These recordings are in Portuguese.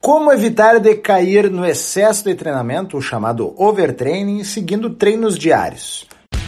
Como evitar de cair no excesso de treinamento, o chamado overtraining, seguindo treinos diários?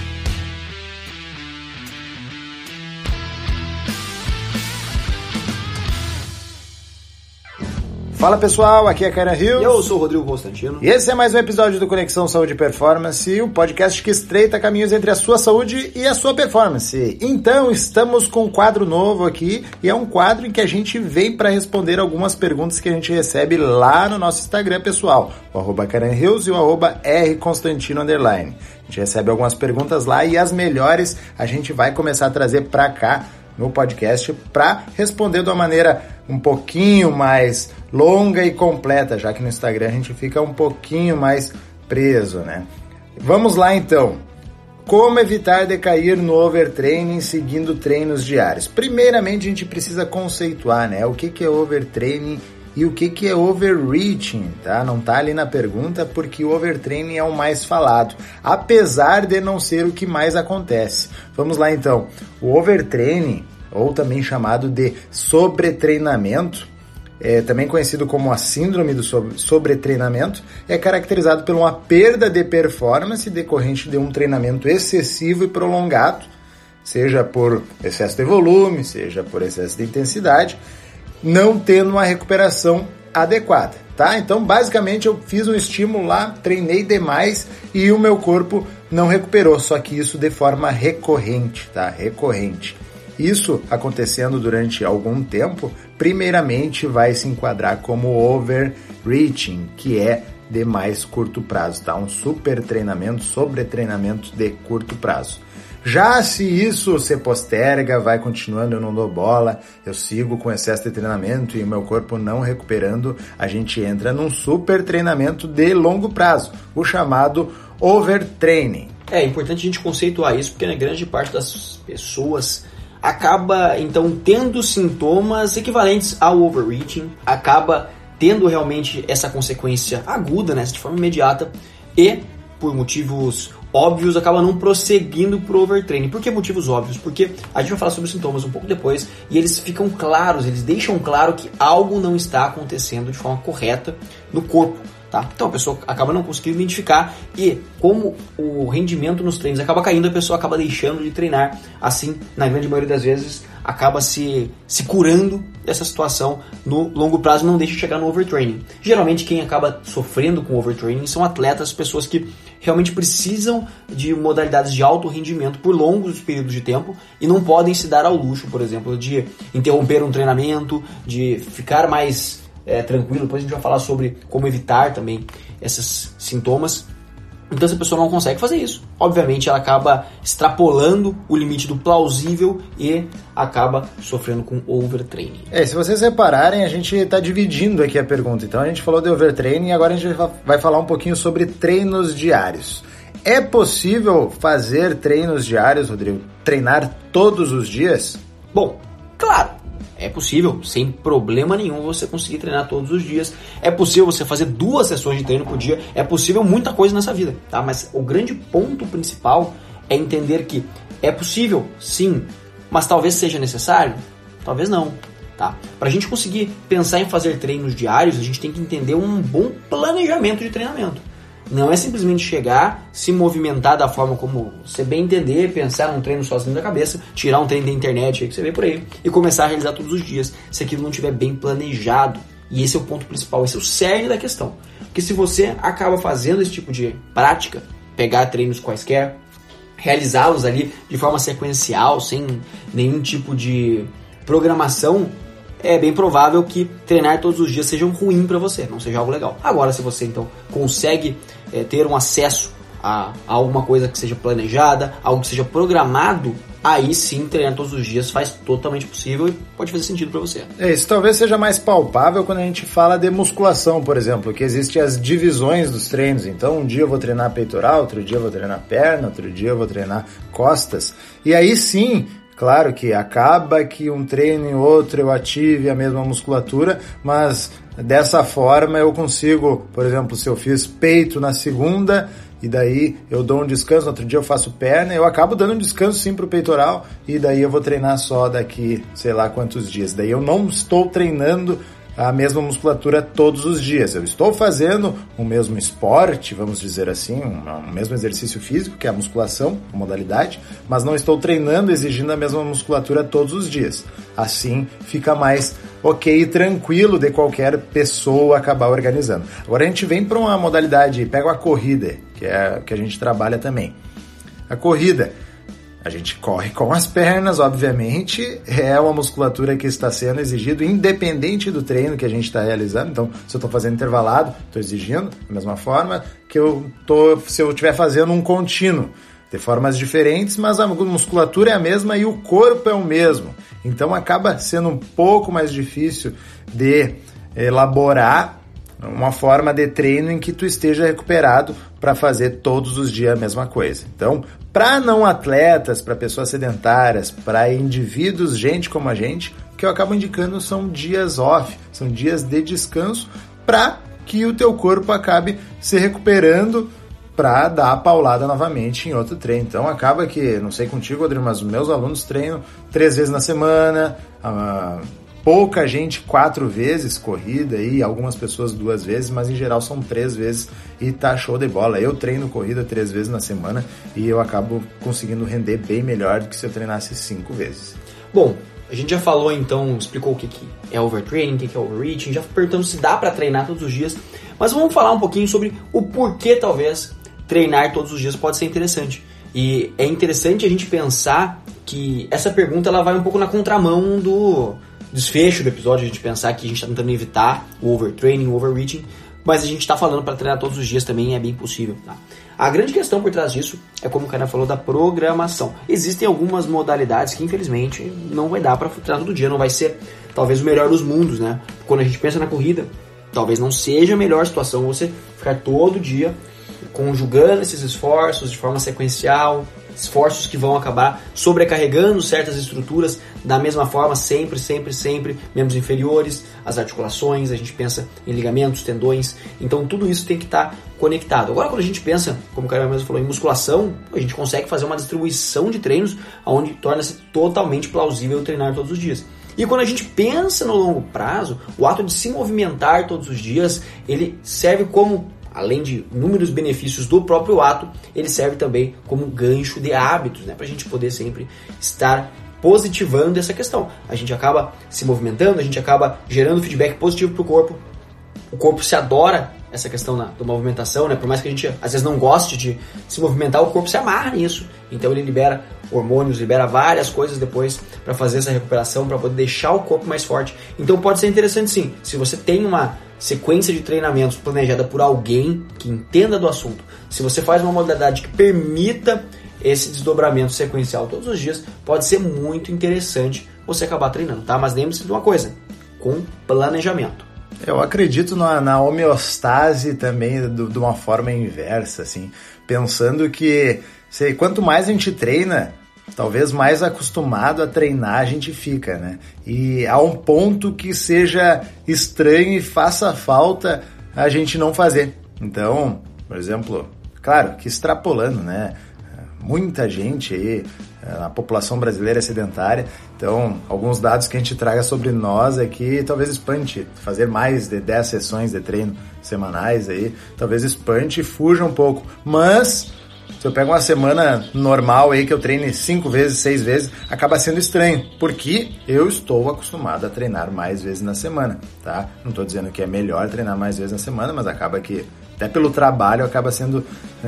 Fala pessoal, aqui é Karen Hills. E eu sou o Rodrigo Constantino. E esse é mais um episódio do Conexão Saúde e Performance, o podcast que estreita caminhos entre a sua saúde e a sua performance. Então, estamos com um quadro novo aqui, e é um quadro em que a gente vem para responder algumas perguntas que a gente recebe lá no nosso Instagram pessoal, o @KarenHills e o @rconstantino_. A gente recebe algumas perguntas lá e as melhores a gente vai começar a trazer para cá no podcast para responder de uma maneira um pouquinho mais longa e completa, já que no Instagram a gente fica um pouquinho mais preso, né? Vamos lá então. Como evitar de cair no overtraining seguindo treinos diários? Primeiramente a gente precisa conceituar, né? O que é overtraining e o que é overreaching, tá? Não tá ali na pergunta porque o overtraining é o mais falado, apesar de não ser o que mais acontece. Vamos lá então. O overtraining, ou também chamado de sobretreinamento, também conhecido como a síndrome do sobretreinamento, é caracterizado por uma perda de performance decorrente de um treinamento excessivo e prolongado, seja por excesso de volume, seja por excesso de intensidade, não tendo uma recuperação adequada, tá? Então, basicamente, eu fiz um estímulo lá, treinei demais e o meu corpo não recuperou, só que isso de forma recorrente, tá? Recorrente. Isso acontecendo durante algum tempo, primeiramente vai se enquadrar como overreaching, que é de mais curto prazo, tá? Um super treinamento, sobretreinamento de curto prazo. Já se isso se posterga, vai continuando, eu não dou bola, eu sigo com excesso de treinamento e o meu corpo não recuperando, a gente entra num super treinamento de longo prazo, o chamado overtraining. É importante a gente conceituar isso, porque na grande parte das pessoas acaba, então, tendo sintomas equivalentes ao overreaching, acaba tendo realmente essa consequência aguda, né, de forma imediata, e, por motivos óbvios, acaba não prosseguindo pro overtraining. Por que motivos óbvios? Porque a gente vai falar sobre os sintomas um pouco depois e eles ficam claros, eles deixam claro que algo não está acontecendo de forma correta no corpo, tá? Então a pessoa acaba não conseguindo identificar e como o rendimento nos treinos acaba caindo, a pessoa acaba deixando de treinar. Assim, na grande maioria das vezes, acaba se curando dessa situação no longo prazo e não deixa de chegar no overtraining. Geralmente quem acaba sofrendo com overtraining são atletas, pessoas que realmente precisam de modalidades de alto rendimento por longos períodos de tempo e não podem se dar ao luxo, por exemplo, de interromper um treinamento, de ficar mais tranquilo. Depois a gente vai falar sobre como evitar também esses sintomas. Então essa pessoa não consegue fazer isso. Obviamente ela acaba extrapolando o limite do plausível e acaba sofrendo com overtraining. Se vocês repararem, a gente está dividindo aqui a pergunta. Então a gente falou de overtraining e agora a gente vai falar um pouquinho sobre treinos diários. É possível fazer treinos diários, Rodrigo? Treinar todos os dias? Bom, claro. É possível, sem problema nenhum, você conseguir treinar todos os dias. É possível você fazer 2 sessões de treino por dia. É possível muita coisa nessa vida, tá? Mas o grande ponto principal é entender que é possível, sim, mas talvez seja necessário, talvez não, tá? Pra gente conseguir pensar em fazer treinos diários, a gente tem que entender um bom planejamento de treinamento. Não é simplesmente chegar, se movimentar da forma como você bem entender, pensar num treino sozinho da cabeça, tirar um treino da internet aí que você vê por aí e começar a realizar todos os dias, se aquilo não estiver bem planejado. E esse é o ponto principal, esse é o cerne da questão. Porque se você acaba fazendo esse tipo de prática, pegar treinos quaisquer, realizá-los ali de forma sequencial, sem nenhum tipo de programação, é bem provável que treinar todos os dias seja ruim para você, não seja algo legal. Agora, se você então consegue ter um acesso a alguma coisa que seja planejada, algo que seja programado, aí sim treinar todos os dias faz totalmente possível e pode fazer sentido para você. Isso talvez seja mais palpável quando a gente fala de musculação, por exemplo, que existem as divisões dos treinos. Então um dia eu vou treinar peitoral, outro dia eu vou treinar perna, outro dia eu vou treinar costas. E aí sim, claro que acaba que um treino e outro eu ative a mesma musculatura, mas dessa forma eu consigo, por exemplo, se eu fiz peito na segunda e daí eu dou um descanso, no outro dia eu faço perna, eu acabo dando um descanso sim pro peitoral e daí eu vou treinar só daqui sei lá quantos dias. Daí eu não estou treinando a mesma musculatura todos os dias. Eu estou fazendo o mesmo esporte, vamos dizer assim, o mesmo exercício físico, que é a musculação, a modalidade, mas não estou treinando, exigindo a mesma musculatura todos os dias. Assim fica mais ok e tranquilo de qualquer pessoa acabar organizando. Agora a gente vem para uma modalidade, pega a corrida, que é que a gente trabalha também. A corrida, a gente corre com as pernas, obviamente, é uma musculatura que está sendo exigido independente do treino que a gente está realizando. Então, se eu estou fazendo intervalado, estou exigindo da mesma forma que se eu estiver fazendo um contínuo, de formas diferentes, mas a musculatura é a mesma e o corpo é o mesmo. Então, acaba sendo um pouco mais difícil de elaborar uma forma de treino em que tu esteja recuperado para fazer todos os dias a mesma coisa. Então, para não atletas, para pessoas sedentárias, para indivíduos, gente como a gente, o que eu acabo indicando são dias off, são dias de descanso para que o teu corpo acabe se recuperando para dar a paulada novamente em outro treino. Então acaba que, não sei contigo, Rodrigo, mas os meus alunos treinam 3 vezes na semana, pouca gente 4 vezes corrida e algumas pessoas 2 vezes, mas em geral são 3 vezes e tá show de bola. Eu treino corrida 3 vezes na semana e eu acabo conseguindo render bem melhor do que se eu treinasse 5 vezes. Bom, a gente já falou então, explicou o que é overtraining, o que é overreaching, já perguntamos se dá para treinar todos os dias, mas vamos falar um pouquinho sobre o porquê talvez treinar todos os dias pode ser interessante. E é interessante a gente pensar que essa pergunta ela vai um pouco na contramão do desfecho do episódio, a gente pensar que a gente está tentando evitar o overtraining, o overreaching, mas a gente está falando para treinar todos os dias também, é bem possível. Tá? A grande questão por trás disso é, como o cara falou, da programação. Existem algumas modalidades que infelizmente não vai dar para treinar todo dia, não vai ser talvez o melhor dos mundos, né? Quando a gente pensa na corrida, talvez não seja a melhor situação você ficar todo dia conjugando esses esforços de forma sequencial, esforços que vão acabar sobrecarregando certas estruturas da mesma forma, sempre, membros inferiores, as articulações, a gente pensa em ligamentos, tendões, então tudo isso tem que estar conectado. Agora quando a gente pensa, como o cara mesmo falou, em musculação, a gente consegue fazer uma distribuição de treinos onde torna-se totalmente plausível treinar todos os dias. E quando a gente pensa no longo prazo, o ato de se movimentar todos os dias, ele serve como, além de inúmeros benefícios do próprio ato, ele serve também como gancho de hábitos, né? Para a gente poder sempre estar positivando essa questão. A gente acaba se movimentando, a gente acaba gerando feedback positivo para o corpo. O corpo se adora essa questão da movimentação, né? Por mais que a gente às vezes não goste de se movimentar, o corpo se amarra nisso. Então ele libera hormônios, libera várias coisas depois para fazer essa recuperação, para poder deixar o corpo mais forte. Então pode ser interessante sim, se você tem uma sequência de treinamentos planejada por alguém que entenda do assunto, se você faz uma modalidade que permita esse desdobramento sequencial todos os dias, pode ser muito interessante você acabar treinando, tá? Mas lembre-se de uma coisa, com planejamento. Eu acredito na homeostase também de uma forma inversa, assim, pensando que quanto mais a gente treina, talvez mais acostumado a treinar a gente fica, né? E há um ponto que seja estranho e faça falta a gente não fazer. Então, por exemplo, claro que extrapolando, né? Muita gente aí, a população brasileira é sedentária, então alguns dados que a gente traga sobre nós aqui, talvez espante, fazer mais de 10 sessões de treino semanais aí, talvez espante e fuja um pouco, mas se eu pego uma semana normal aí que eu treine 5 vezes, 6 vezes, acaba sendo estranho, porque eu estou acostumado a treinar mais vezes na semana, tá? Não estou dizendo que é melhor treinar mais vezes na semana, mas acaba que até pelo trabalho acaba sendo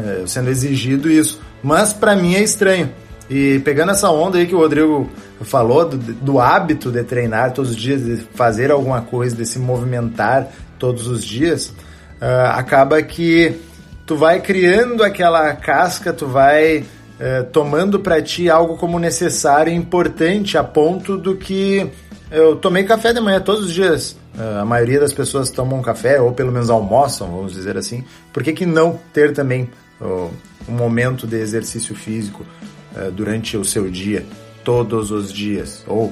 exigido isso. Mas para mim é estranho. E pegando essa onda aí que o Rodrigo falou, do hábito de treinar todos os dias, de fazer alguma coisa, de se movimentar todos os dias, acaba que tu vai criando aquela casca, tu vai tomando para ti algo como necessário e importante, a ponto do que eu tomei café de manhã todos os dias. A maioria das pessoas tomam café, ou pelo menos almoçam, vamos dizer assim. Por que não ter também um momento de exercício físico durante o seu dia, todos os dias, ou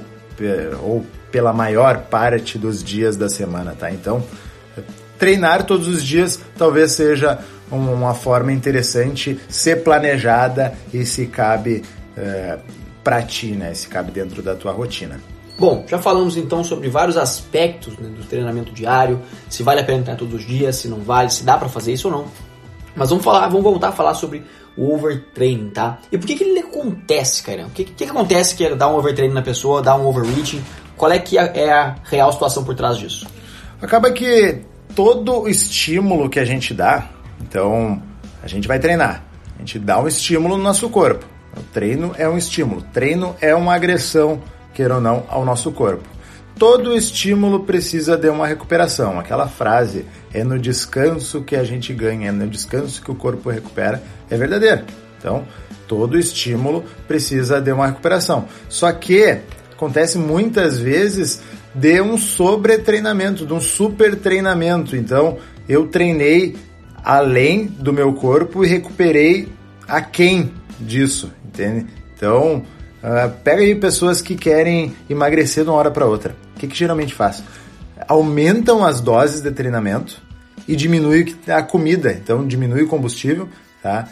pela maior parte dos dias da semana, tá? Então, treinar todos os dias talvez seja uma forma interessante, ser planejada e se cabe para ti, né? Se cabe dentro da tua rotina. Bom, já falamos então sobre vários aspectos, né, do treinamento diário, se vale a pena treinar todos os dias, se não vale, se dá para fazer isso ou não. Mas vamos voltar a falar sobre o overtraining, tá? E por que ele acontece, cara? O que acontece que dá um overtraining na pessoa, dá um overreaching? Qual é que é a real situação por trás disso? Acaba que todo estímulo que a gente dá, então a gente vai treinar, a gente dá um estímulo no nosso corpo. O treino é um estímulo, treino é uma agressão, queira ou não, ao nosso corpo. Todo estímulo precisa de uma recuperação. Aquela frase, é no descanso que a gente ganha, é no descanso que o corpo recupera, é verdadeiro. Então, todo estímulo precisa de uma recuperação. Só que acontece muitas vezes de um sobretreinamento, de um supertreinamento. Então, eu treinei além do meu corpo e recuperei aquém disso, entende? Então, pega aí pessoas que querem emagrecer de uma hora para outra. O que geralmente faz? Aumentam as doses de treinamento e diminui a comida, então diminui o combustível, tá?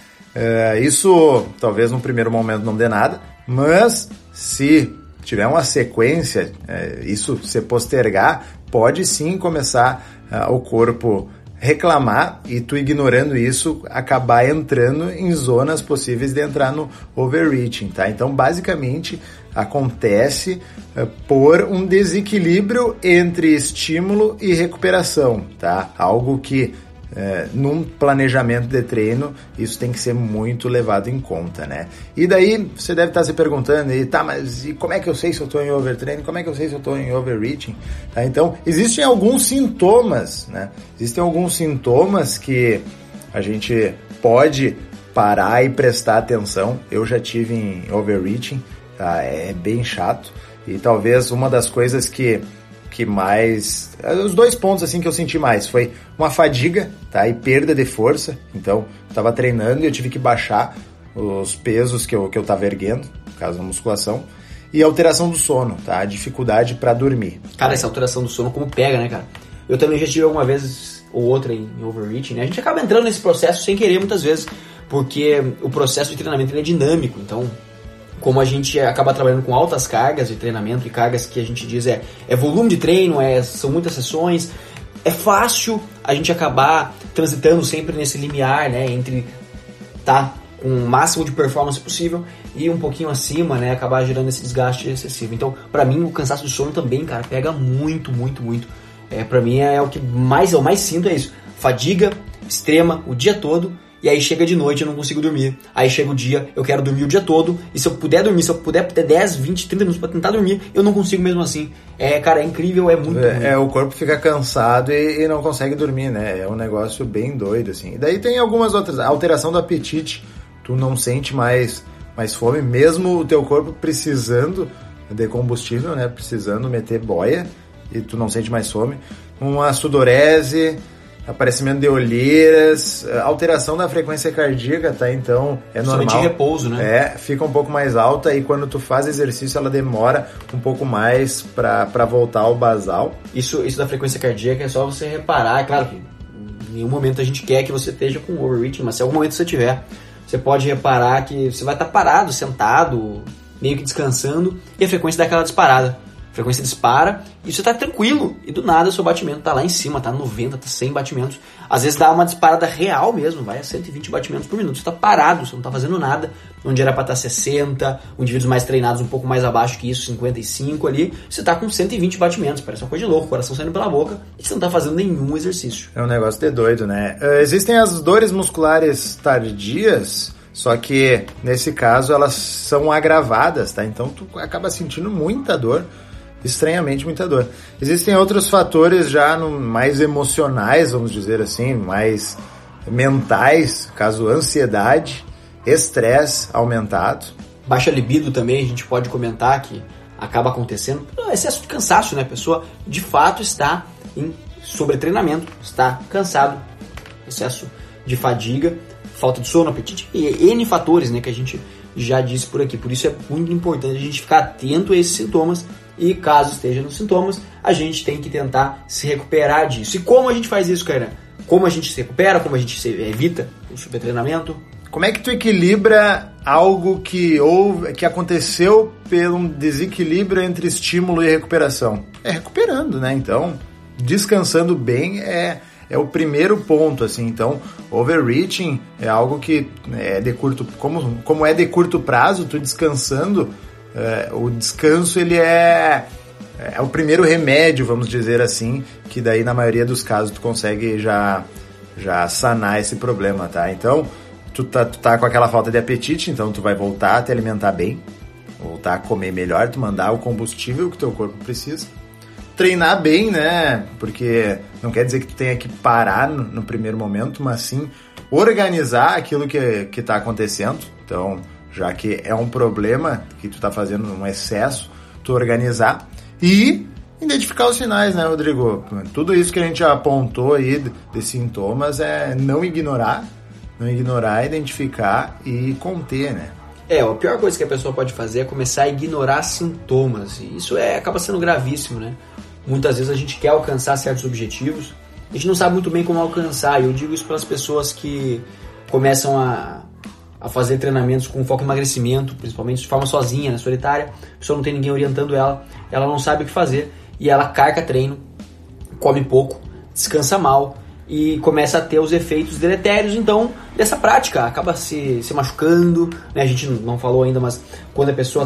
Isso talvez no primeiro momento não dê nada, mas se tiver uma sequência, isso se postergar, pode sim começar o corpo reclamar e tu ignorando isso, acabar entrando em zonas possíveis de entrar no overreaching, tá? Então, basicamente, acontece por um desequilíbrio entre estímulo e recuperação, tá? Algo que num planejamento de treino, isso tem que ser muito levado em conta, né? E daí, você deve estar se perguntando, mas e como é que eu sei se eu estou em overtraining? Como é que eu sei se eu estou em overreaching? Tá? Então, existem alguns sintomas, né? Existem alguns sintomas que a gente pode parar e prestar atenção. Eu já tive em overreaching, tá? É bem chato. E talvez uma das coisas que mais... Os 2 pontos assim que eu senti mais foi uma fadiga, tá? E perda de força. Então, eu tava treinando e eu tive que baixar os pesos que eu tava erguendo, no caso da musculação. E alteração do sono, tá? A dificuldade para dormir. Cara, essa alteração do sono como pega, né, cara? Eu também já tive alguma vez ou outra em overreaching, né? A gente acaba entrando nesse processo sem querer muitas vezes, porque o processo de treinamento ele é dinâmico, então... Como a gente acaba trabalhando com altas cargas de treinamento e cargas que a gente diz é volume de treino, são muitas sessões, é fácil a gente acabar transitando sempre nesse limiar, né, entre tá com o máximo de performance possível e um pouquinho acima, né, acabar gerando esse desgaste excessivo. Então, pra mim, o cansaço do sono também, cara, pega muito, muito, muito. Pra mim, eu mais sinto é isso. Fadiga extrema o dia todo. E aí chega de noite, eu não consigo dormir. Aí chega o dia, eu quero dormir o dia todo. E se eu puder dormir, se eu puder ter 10, 20, 30 minutos pra tentar dormir, eu não consigo mesmo assim. Cara, é incrível, é muito ruim. O corpo fica cansado e não consegue dormir, né? É um negócio bem doido, assim. E daí tem algumas outras. A alteração do apetite. Tu não sente mais fome, mesmo o teu corpo precisando de combustível, né? Precisando meter boia. E tu não sente mais fome. Uma sudorese... Aparecimento de olheiras, alteração da frequência cardíaca, tá? Então, é normal. Somente repouso, né? Fica um pouco mais alta e quando tu faz exercício, ela demora um pouco mais pra voltar ao basal. Isso da frequência cardíaca é só você reparar. É claro que em nenhum momento a gente quer que você esteja com overreaching, mas se em algum momento você tiver, você pode reparar que você vai estar parado, sentado, meio que descansando, e a frequência dá aquela disparada. A frequência dispara e você tá tranquilo. E do nada o seu batimento tá lá em cima, tá 90, tá 100 batimentos. Às vezes dá uma disparada real mesmo, vai a 120 batimentos por minuto. Você tá parado, você não tá fazendo nada. Onde era pra estar 60, indivíduos mais treinados um pouco mais abaixo que isso, 55 ali. Você tá com 120 batimentos, parece uma coisa de louco, coração saindo pela boca. E você não tá fazendo nenhum exercício. É um negócio de doido, né? Existem as dores musculares tardias... Só que, nesse caso, elas são agravadas, tá? Então, tu acaba sentindo muita dor, estranhamente muita dor. Existem outros fatores já mais emocionais, vamos dizer assim, mais mentais, caso ansiedade, estresse aumentado. Baixa libido também, a gente pode comentar que acaba acontecendo. Excesso de cansaço, né? A pessoa, de fato, está em sobretreinamento, está cansado, excesso de fadiga, falta de sono, apetite e N fatores, né, que a gente já disse por aqui. Por isso é muito importante a gente ficar atento a esses sintomas e caso esteja nos sintomas, a gente tem que tentar se recuperar disso. E como a gente faz isso, cara? Como a gente se recupera, como a gente se evita o supertreinamento? Como é que tu equilibra algo que aconteceu pelo desequilíbrio entre estímulo e recuperação? É recuperando, né? Então, descansando bem é o primeiro ponto, assim. Então, overreaching é algo que é de curto... Como é de curto prazo, tu descansando, o descanso, ele é o primeiro remédio, vamos dizer assim, que daí, na maioria dos casos, tu consegue já sanar esse problema, tá? Então, tu tá com aquela falta de apetite, então tu vai voltar a te alimentar bem, voltar a comer melhor, tu mandar o combustível que teu corpo precisa. Treinar bem, né? Porque não quer dizer que tu tenha que parar no primeiro momento, mas sim organizar aquilo que tá acontecendo. Então, já que é um problema que tu tá fazendo um excesso, tu organizar e identificar os sinais, né, Rodrigo? Tudo isso que a gente já apontou aí de sintomas é não ignorar, identificar e conter, né? A pior coisa que a pessoa pode fazer é começar a ignorar sintomas. E isso acaba sendo gravíssimo, né? Muitas vezes a gente quer alcançar certos objetivos, a gente não sabe muito bem como alcançar. E eu digo isso para as pessoas que começam a fazer treinamentos com foco em emagrecimento, principalmente de forma sozinha, né, solitária. A pessoa não tem ninguém orientando ela não sabe o que fazer. E ela carca treino, come pouco, descansa mal e começa a ter os efeitos deletérios, então, dessa prática. Acaba se machucando, né? A gente não falou ainda, mas quando a pessoa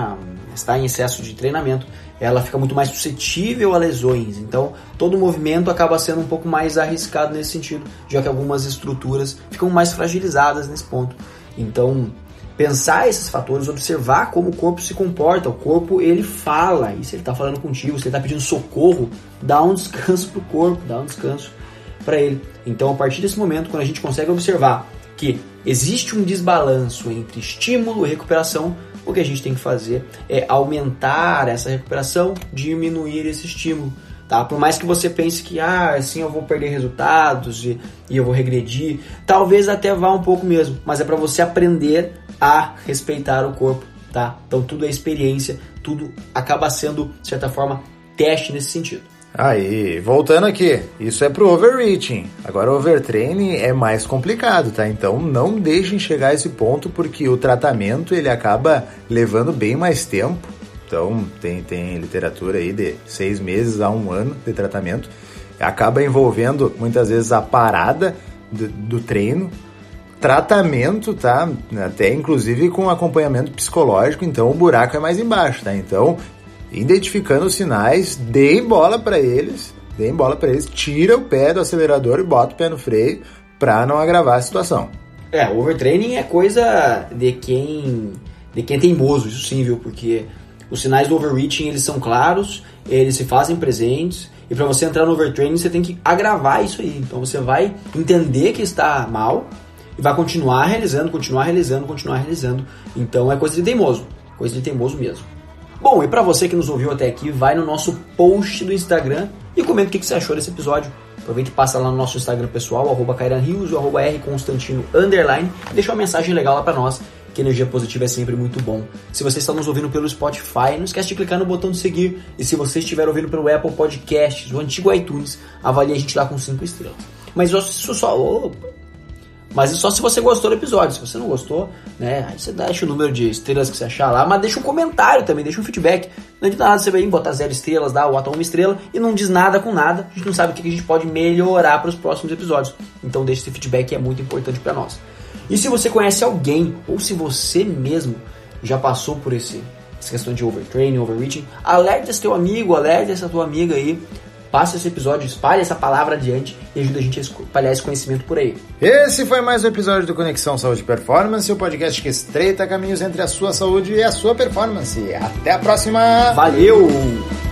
está em excesso de treinamento, ela fica muito mais suscetível a lesões. Então, todo o movimento acaba sendo um pouco mais arriscado nesse sentido, já que algumas estruturas ficam mais fragilizadas nesse ponto. Então, pensar esses fatores, observar como o corpo se comporta. O corpo, ele fala, e se ele está falando contigo, se ele está pedindo socorro, dá um descanso para o corpo, dá um descanso para ele. Então, a partir desse momento, quando a gente consegue observar que existe um desbalanço entre estímulo e recuperação, o que a gente tem que fazer é aumentar essa recuperação, diminuir esse estímulo. Tá? Por mais que você pense que assim eu vou perder resultados e eu vou regredir, talvez até vá um pouco mesmo, mas é para você aprender a respeitar o corpo, tá? Então tudo é experiência, tudo acaba sendo, de certa forma, teste nesse sentido. Aí, voltando aqui, isso é pro overreaching. Agora o overtraining é mais complicado, tá? Então não deixem chegar a esse ponto, porque o tratamento ele acaba levando bem mais tempo. Então tem literatura aí de 6 meses a 1 ano de tratamento. Acaba envolvendo muitas vezes a parada do treino, tratamento, tá? Até inclusive com acompanhamento psicológico, então o buraco é mais embaixo, tá? Então, identificando os sinais, deem bola para eles, tira o pé do acelerador e bota o pé no freio para não agravar a situação. O overtraining é coisa de quem é teimoso, isso sim, viu? Porque os sinais do overreaching, eles são claros, eles se fazem presentes, e para você entrar no overtraining, você tem que agravar isso aí. Então você vai entender que está mal e vai continuar realizando. Então é coisa de teimoso mesmo. Bom, e para você que nos ouviu até aqui, vai no nosso post do Instagram e comenta o que você achou desse episódio. Aproveita e passa lá no nosso Instagram pessoal, @KairanRios ou @rconstantino_, e deixa uma mensagem legal lá para nós, que energia positiva é sempre muito bom. Se você está nos ouvindo pelo Spotify, não esquece de clicar no botão de seguir. E se você estiver ouvindo pelo Apple Podcasts, o antigo iTunes, avalie a gente lá com 5 estrelas. Mas só se você gostou do episódio. Se você não gostou, né, aí você deixa o número de estrelas que você achar lá, mas deixa um comentário também, deixa um feedback. Não adianta nada você vir botar 0 estrelas, ou botar 1 estrela e não diz nada com nada. A gente não sabe o que a gente pode melhorar para os próximos episódios. Então deixa esse feedback, que é muito importante para nós. E se você conhece alguém, ou se você mesmo já passou por essa questão de overtraining, overreaching, alerte esse teu amigo, alerte essa tua amiga aí, passe esse episódio, espalhe essa palavra adiante e ajuda a gente a espalhar esse conhecimento por aí. Esse foi mais um episódio do Conexão Saúde e Performance, o podcast que estreita caminhos entre a sua saúde e a sua performance. Até a próxima! Valeu!